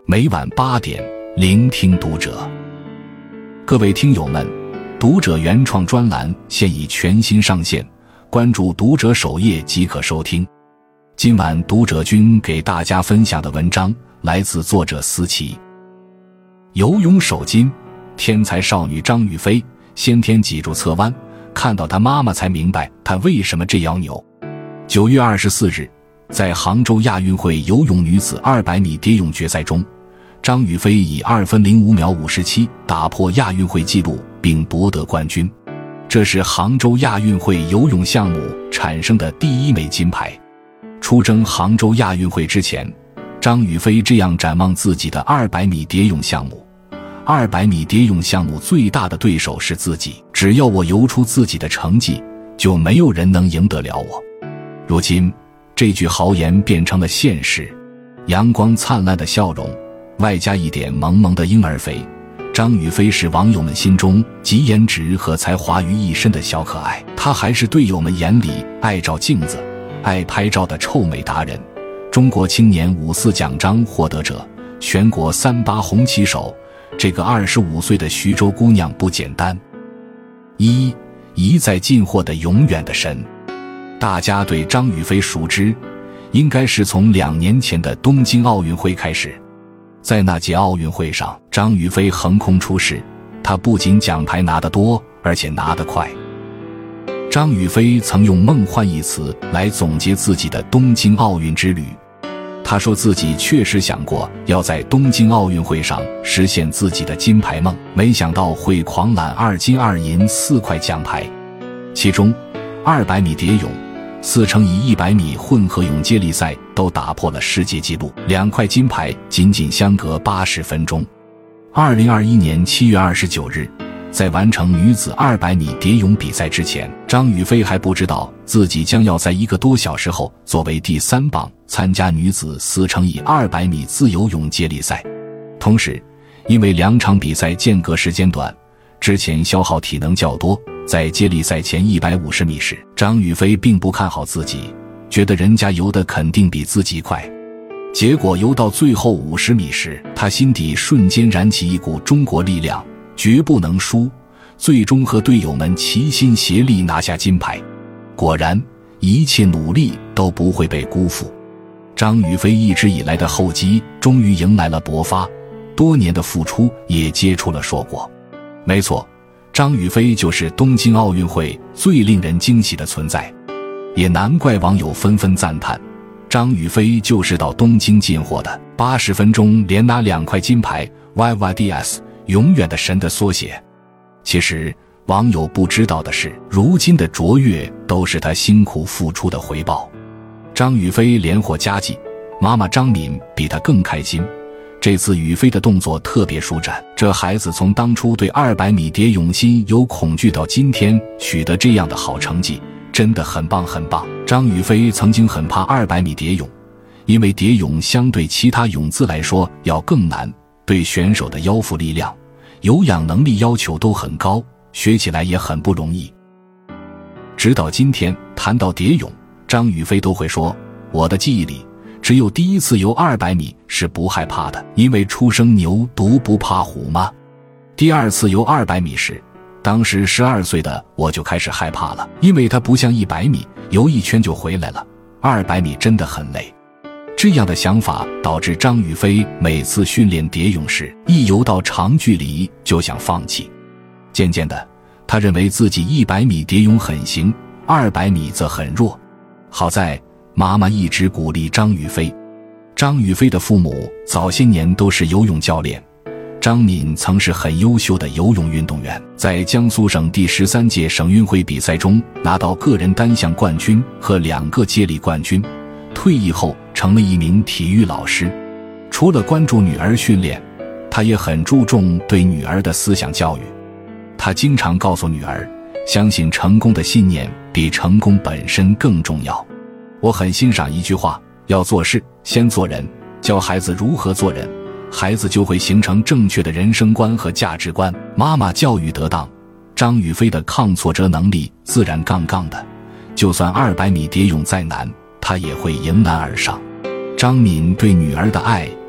每晚8点，聆听读者。各位听友们，读者原创专栏现已全新上线，关注读者首页即可收听。今晚读者君给大家分享的文章来自作者思琪。游泳手金，天才少女张雨霏先天脊柱侧弯，看到她妈妈才明白她为什么这样扭。9月24日，在杭州亚运会游泳女子200米蝶泳决赛中，张雨霏以2分05秒57打破亚运会纪录并夺得冠军，这是杭州亚运会游泳项目产生的第1枚金牌。出征杭州亚运会之前，张雨霏这样展望自己的200米蝶泳项目：200米蝶泳项目最大的对手是自己，只要我游出自己的成绩，就没有人能赢得了我。如今这句豪言变成了现实，阳光灿烂的笑容外加一点萌萌的婴儿肥，张雨霏是网友们心中集颜值和才华于一身的小可爱。她还是队友们眼里爱照镜子、爱拍照的臭美达人，中国青年54奖章获得者，全国38红旗手。这个25岁的徐州姑娘不简单。一再进货的永远的神。大家对张雨霏熟知，应该是从2年前的东京奥运会开始。在那届奥运会上，张雨霏横空出世，她不仅奖牌拿得多，而且拿得快。张雨霏曾用梦幻一词来总结自己的东京奥运之旅。她说自己确实想过要在东京奥运会上实现自己的金牌梦，没想到会狂揽2金2银4块奖牌。其中200米蝶泳、4×100米混合泳接力赛都打破了世界纪录，2块金牌仅仅相隔80分钟。2021年7月29日，在完成女子200米蝶泳比赛之前，张雨霏还不知道自己将要在1个多小时后作为第3棒参加女子4×200米自由泳接力赛。同时，因为2场比赛间隔时间短，之前消耗体能较多，在接力赛前150米时，张雨霏并不看好自己，觉得人家游得肯定比自己快。结果游到最后50米时，他心底瞬间燃起一股中国力量，绝不能输，最终和队友们齐心协力拿下金牌。果然，一切努力都不会被辜负。张雨霏一直以来的厚积终于迎来了勃发，多年的付出也结出了硕果。没错，张雨霏就是东京奥运会最令人惊喜的存在，也难怪网友纷纷赞叹，张雨霏就是到东京进货的，80分钟连拿2块金牌 ，YYDS 永远的神的缩写。其实网友不知道的是，如今的卓越都是他辛苦付出的回报。张雨霏连获佳绩，妈妈张敏比她更开心。这次雨霏的动作特别舒展，这孩子从当初对200米蝶泳心有恐惧到今天取得这样的好成绩，真的很棒很棒。张雨霏曾经很怕200米蝶泳，因为蝶泳相对其他泳姿来说要更难，对选手的腰腹力量、有氧能力要求都很高，学起来也很不容易。直到今天谈到蝶泳，张雨霏都会说，我的记忆里只有第一次游200米是不害怕的，因为初生牛犊不怕虎嘛。第2次游200米时，当时12岁的我就开始害怕了，因为它不像100米游一圈就回来了，200米真的很累。这样的想法导致张雨霏每次训练蝶泳时，一游到长距离就想放弃。渐渐的，他认为自己100米蝶泳很行，200米则很弱。好在妈妈一直鼓励张雨霏。张雨霏的父母早些年都是游泳教练，张敏曾是很优秀的游泳运动员，在江苏省第13届省运会比赛中拿到个人单项冠军和2个接力冠军。退役后成了一名体育老师，除了关注女儿训练，他也很注重对女儿的思想教育。他经常告诉女儿，相信成功的信念比成功本身更重要。我很欣赏一句话，要做事先做人，教孩子如何做人，孩子就会形成正确的人生观和价值观。妈妈教育得当，张雨霏的抗挫折能力自然杠杠的，就算200米蝶泳再难，她也会迎难而上。张敏对女儿的爱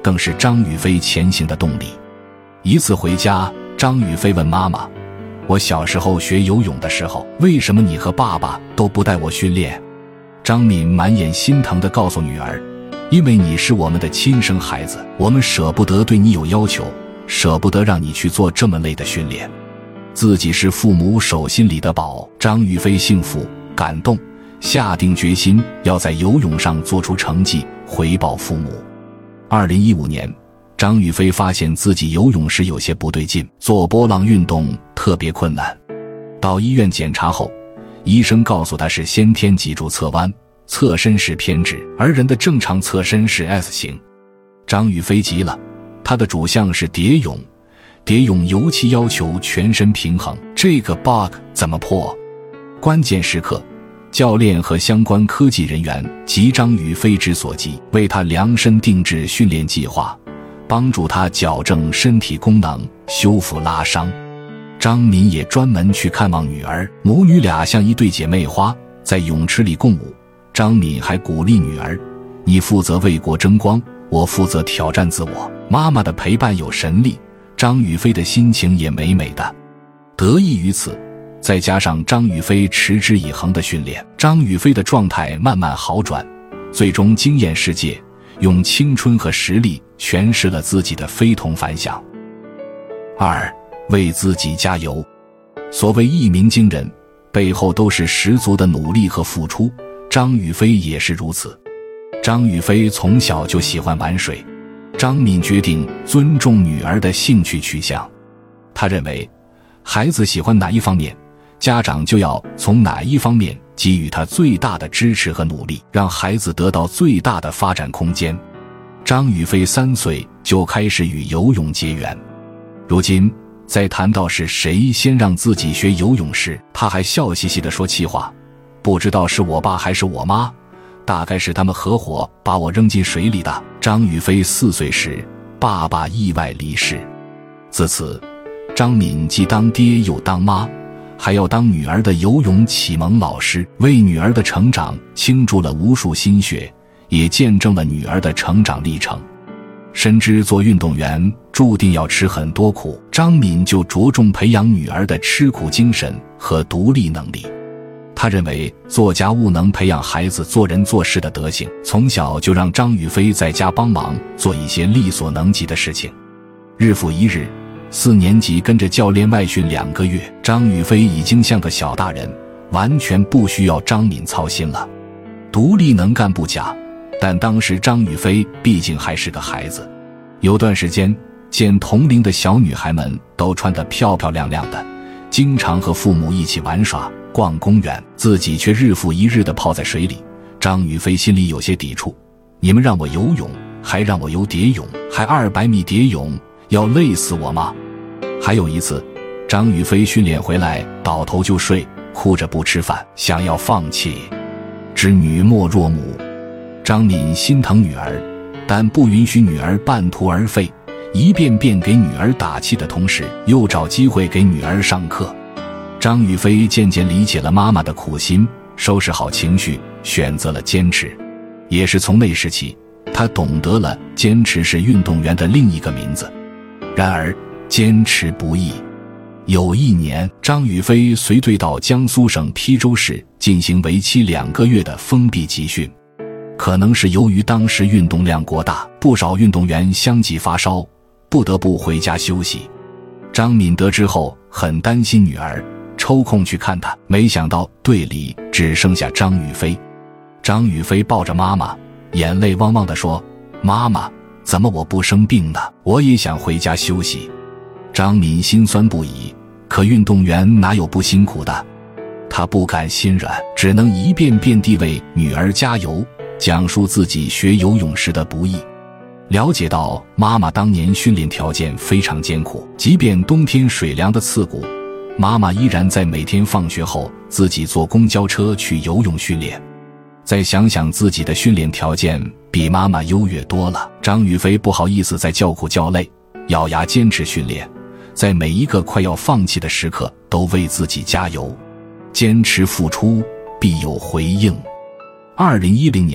更是张雨霏前行的动力。一次回家，张雨霏问妈妈，我小时候学游泳的时候，为什么你和爸爸都不带我训练？张敏满眼心疼地告诉女儿，因为你是我们的亲生孩子，我们舍不得对你有要求，舍不得让你去做这么累的训练。自己是父母手心里的宝，张雨霏幸福感动，下定决心要在游泳上做出成绩，回报父母。2015年，张雨霏发现自己游泳时有些不对劲，做波浪运动特别困难。到医院检查后，医生告诉她是先天脊柱侧弯，侧身是偏直，而人的正常侧身是 S 型。张雨霏急了，她的主项是蝶泳，蝶泳尤其要求全身平衡，这个 bug 怎么破？关键时刻，教练和相关科技人员急张雨霏之所急，为她量身定制训练计划，帮助她矫正身体功能，修复拉伤。张敏也专门去看望女儿，母女俩像一对姐妹花，在泳池里共舞。张敏还鼓励女儿，你负责为国争光，我负责挑战自我。妈妈的陪伴有神力，张雨霏的心情也美美的。得益于此，再加上张雨霏持之以恒的训练，张雨霏的状态慢慢好转，最终惊艳世界，用青春和实力诠释了自己的非同凡响。2. 为自己加油。所谓一鸣惊人，背后都是十足的努力和付出，张雨霏也是如此。张雨霏从小就喜欢玩水，张敏决定尊重女儿的兴趣取向。他认为，孩子喜欢哪一方面，家长就要从哪一方面给予他最大的支持和努力，让孩子得到最大的发展空间。张雨霏3岁就开始与游泳结缘，如今在谈到是谁先让自己学游泳时，他还笑嘻嘻地说气话，不知道是我爸还是我妈，大概是他们合伙把我扔进水里的。张雨霏4岁时，爸爸意外离世，自此张敏既当爹又当妈，还要当女儿的游泳启蒙老师，为女儿的成长倾注了无数心血，也见证了女儿的成长历程。深知做运动员注定要吃很多苦，张敏就着重培养女儿的吃苦精神和独立能力。他认为做家务能培养孩子做人做事的德行，从小就让张雨霏在家帮忙做一些力所能及的事情。日复一日，4年级跟着教练外训2个月，张雨霏已经像个小大人，完全不需要张敏操心了。独立能干不假，但当时张雨霏毕竟还是个孩子，有段时间见同龄的小女孩们都穿得漂漂亮亮的，经常和父母一起玩耍逛公园，自己却日复一日地泡在水里。张雨霏心里有些抵触，你们让我游泳，还让我游蝶泳，还200米蝶泳，要累死我吗？还有一次，张雨霏训练回来倒头就睡，哭着不吃饭，想要放弃。知女莫若母，张敏心疼女儿，但不允许女儿半途而废，一遍遍给女儿打气的同时，又找机会给女儿上课。张雨霏渐渐理解了妈妈的苦心，收拾好情绪，选择了坚持。也是从那时起，她懂得了坚持是运动员的另一个名字。然而坚持不易，有一年，张雨霏随队到江苏省邳州市进行为期2个月的封闭集训。可能是由于当时运动量过大，不少运动员相继发烧，不得不回家休息。张敏得知后很担心女儿，抽空去看她，没想到队里只剩下张雨霏。张雨霏抱着妈妈，眼泪汪汪地说，妈妈，怎么我不生病呢？我也想回家休息。张敏心酸不已，可运动员哪有不辛苦的？他不敢心软，只能一遍遍地为女儿加油，讲述自己学游泳时的不易。了解到妈妈当年训练条件非常艰苦，即便冬天水凉的刺骨，妈妈依然在每天放学后自己坐公交车去游泳训练。再想想自己的训练条件比妈妈优越多了，张雨霏不好意思再叫苦叫累，咬牙坚持训练，在每一个快要放弃的时刻都为自己加油。坚持付出必有回应。2010年，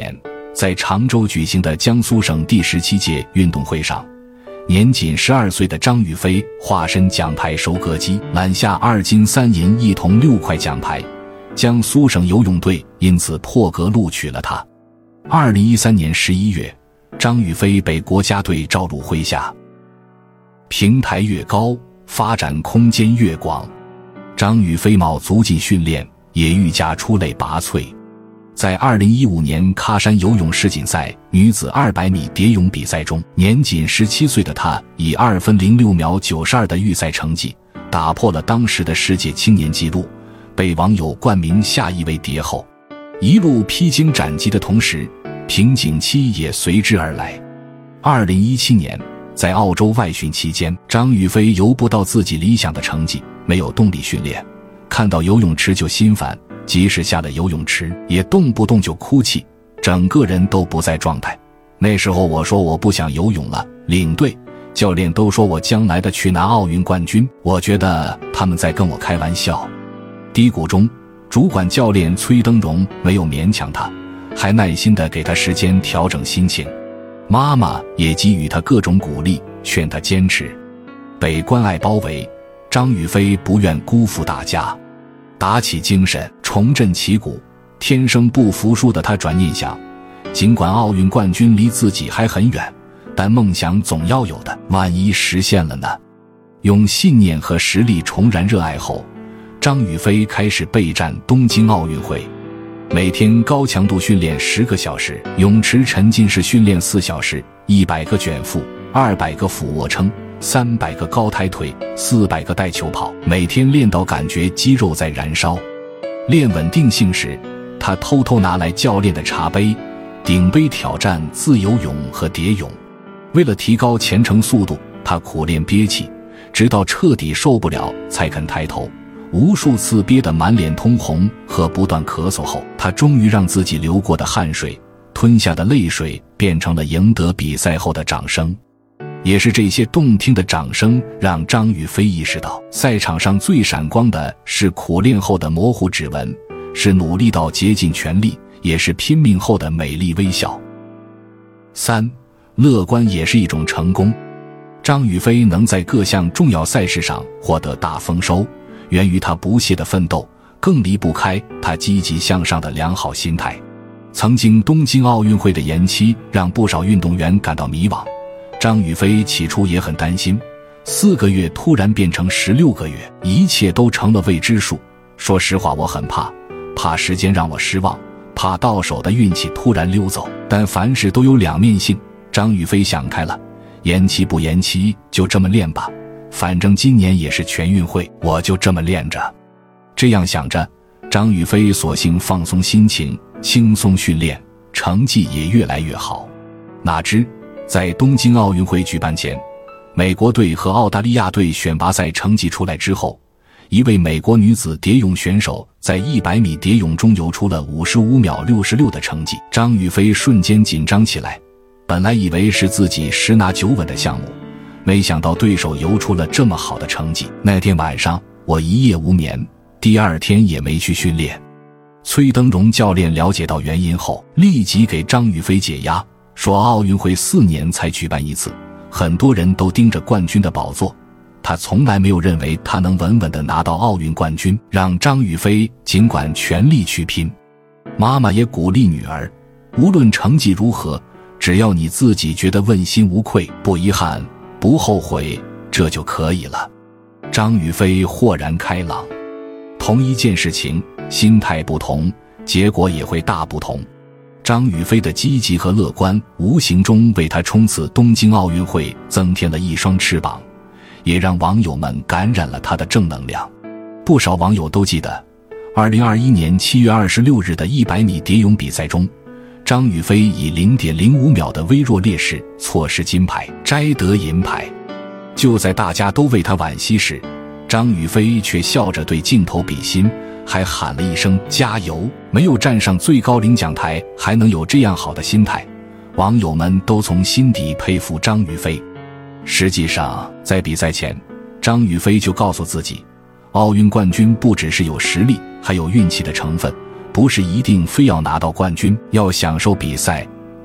在常州举行的江苏省第17届运动会上，年仅12岁的张雨霏化身奖牌收割机，揽下2金3银1铜6块奖牌，江苏省游泳队因此破格录取了她。2013年11月，张雨霏被国家队召入麾下。平台越高，发展空间越广。张雨霏卯足劲训练，也愈加出类拔萃。在2015年喀山游泳世锦赛女子200米蝶泳比赛中，年仅17岁的她以2分06秒92的预赛成绩，打破了当时的世界青年纪录，被网友冠名下一位蝶后。一路披荆斩棘的同时，瓶颈期也随之而来。2017年，在澳洲外训期间，张雨霏游不到自己理想的成绩，没有动力训练，看到游泳池就心烦，即使下了游泳池也动不动就哭泣，整个人都不在状态。那时候我说我不想游泳了，领队教练都说我将来的去拿奥运冠军，我觉得他们在跟我开玩笑。低谷中，主管教练崔登荣没有勉强他，还耐心地给他时间调整心情。妈妈也给予他各种鼓励，劝他坚持。被关爱包围，张雨霏不愿辜负大家，打起精神，重振旗鼓。天生不服输的他转念想，尽管奥运冠军离自己还很远，但梦想总要有的，万一实现了呢？用信念和实力重燃热爱后，张雨霏开始备战东京奥运会。每天高强度训练10个小时，泳池沉浸式训练4小时，100个卷腹，200个俯卧撑，300个高抬腿，400个带球跑，每天练到感觉肌肉在燃烧。练稳定性时，他偷偷拿来教练的茶杯，顶杯挑战自由泳和蝶泳。为了提高前程速度，他苦练憋气，直到彻底受不了才肯抬头。无数次憋得满脸通红和不断咳嗽后，他终于让自己流过的汗水、吞下的泪水变成了赢得比赛后的掌声。也是这些动听的掌声让张雨霏意识到，赛场上最闪光的是苦练后的模糊指纹，是努力到竭尽全力，也是拼命后的美丽微笑。3. 乐观也是一种成功。张雨霏能在各项重要赛事上获得大丰收，源于他不懈的奋斗，更离不开他积极向上的良好心态。曾经东京奥运会的延期让不少运动员感到迷惘，张雨霏起初也很担心，4个月突然变成16个月，一切都成了未知数。说实话，我很怕时间让我失望，怕到手的运气突然溜走。但凡事都有两面性，张雨霏想开了，延期不延期，就这么练吧，反正今年也是全运会，我就这么练着。这样想着，张雨霏索性放松心情，轻松训练，成绩也越来越好。哪知在东京奥运会举办前，美国队和澳大利亚队选拔赛成绩出来之后，一位美国女子蝶泳选手在100米蝶泳中游出了55秒66的成绩，张雨霏瞬间紧张起来。本来以为是自己十拿9稳的项目，没想到对手游出了这么好的成绩。那天晚上我一夜无眠，第二天也没去训练。崔登荣教练了解到原因后，立即给张雨霏解压，说奥运会4年才举办一次，很多人都盯着冠军的宝座，他从来没有认为他能稳稳地拿到奥运冠军，让张雨霏尽管全力去拼。妈妈也鼓励女儿，无论成绩如何，只要你自己觉得问心无愧，不遗憾，不后悔，这就可以了。张雨霏豁然开朗，同一件事情，心态不同，结果也会大不同。张雨霏的积极和乐观，无形中为她冲刺东京奥运会增添了一双翅膀，也让网友们感染了她的正能量。不少网友都记得2021年7月26日的100米蝶泳比赛中，张雨霏以 0.05 秒的微弱劣势错失金牌，摘得银牌。就在大家都为她惋惜时，张雨霏却笑着对镜头比心，还喊了一声加油。没有站上最高领奖台，还能有这样好的心态，网友们都从心底佩服张雨霏。实际上在比赛前，张雨霏就告诉自己，奥运冠军不只是有实力，还有运气的成分，不是一定非要拿到冠军，要享受比赛，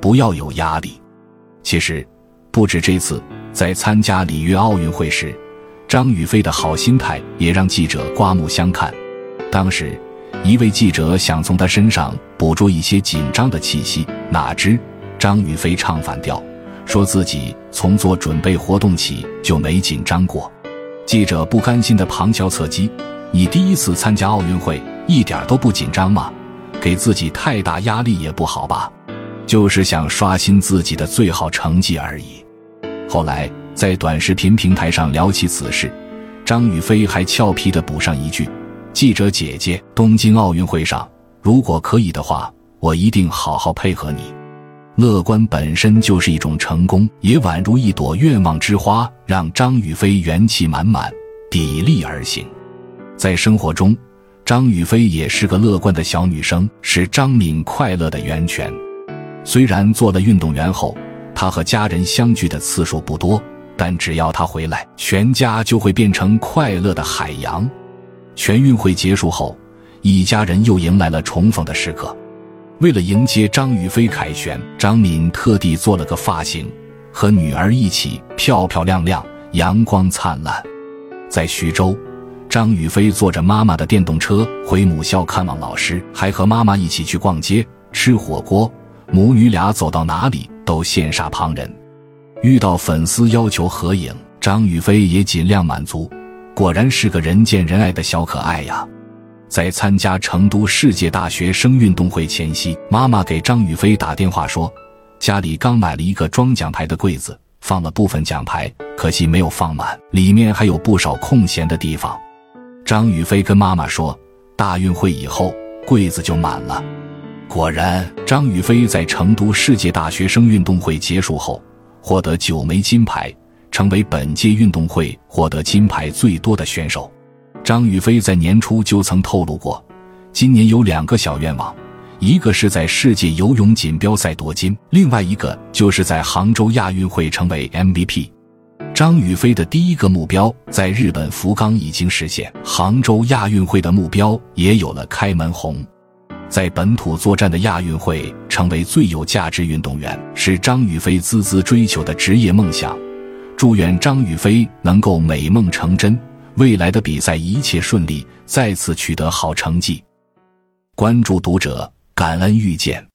不要有压力。其实不止这次，在参加里约奥运会时，张雨霏的好心态也让记者刮目相看。当时一位记者想从她身上捕捉一些紧张的气息，哪知张雨霏唱反调，说自己从做准备活动起就没紧张过。记者不甘心地旁敲侧击，你第一次参加奥运会一点都不紧张吗？给自己太大压力也不好吧？就是想刷新自己的最好成绩而已。后来在短视频平台上聊起此事，张雨霏还俏皮地补上一句，记者姐姐，东京奥运会上如果可以的话，我一定好好配合你。乐观本身就是一种成功，也宛如一朵愿望之花，让张雨霏元气满满，砥砺而行。在生活中，张雨霏也是个乐观的小女生，是张敏快乐的源泉。虽然做了运动员后，她和家人相聚的次数不多，但只要她回来，全家就会变成快乐的海洋。全运会结束后，一家人又迎来了重逢的时刻。为了迎接张雨霏凯旋，张敏特地做了个发型，和女儿一起漂漂亮亮，阳光灿烂。在徐州，张雨霏坐着妈妈的电动车回母校看望老师，还和妈妈一起去逛街吃火锅，母女俩走到哪里都羡煞旁人。遇到粉丝要求合影，张雨霏也尽量满足，果然是个人见人爱的小可爱呀。在参加成都世界大学生运动会前夕，妈妈给张雨霏打电话说，家里刚买了一个装奖牌的柜子，放了部分奖牌，可惜没有放满，里面还有不少空闲的地方。张雨霏跟妈妈说，大运会以后柜子就满了。果然，张雨霏在成都世界大学生运动会结束后，获得9枚金牌，成为本届运动会获得金牌最多的选手。张雨霏在年初就曾透露过，今年有2个小愿望，一个是在世界游泳锦标赛夺金，另外一个就是在杭州亚运会成为 MVP。 张雨霏的第一个目标在日本福冈已经实现，杭州亚运会的目标也有了开门红。在本土作战的亚运会成为最有价值运动员，是张雨霏孜孜追求的职业梦想。祝愿张雨霏能够美梦成真，未来的比赛一切顺利，再次取得好成绩。关注读者，感恩遇见。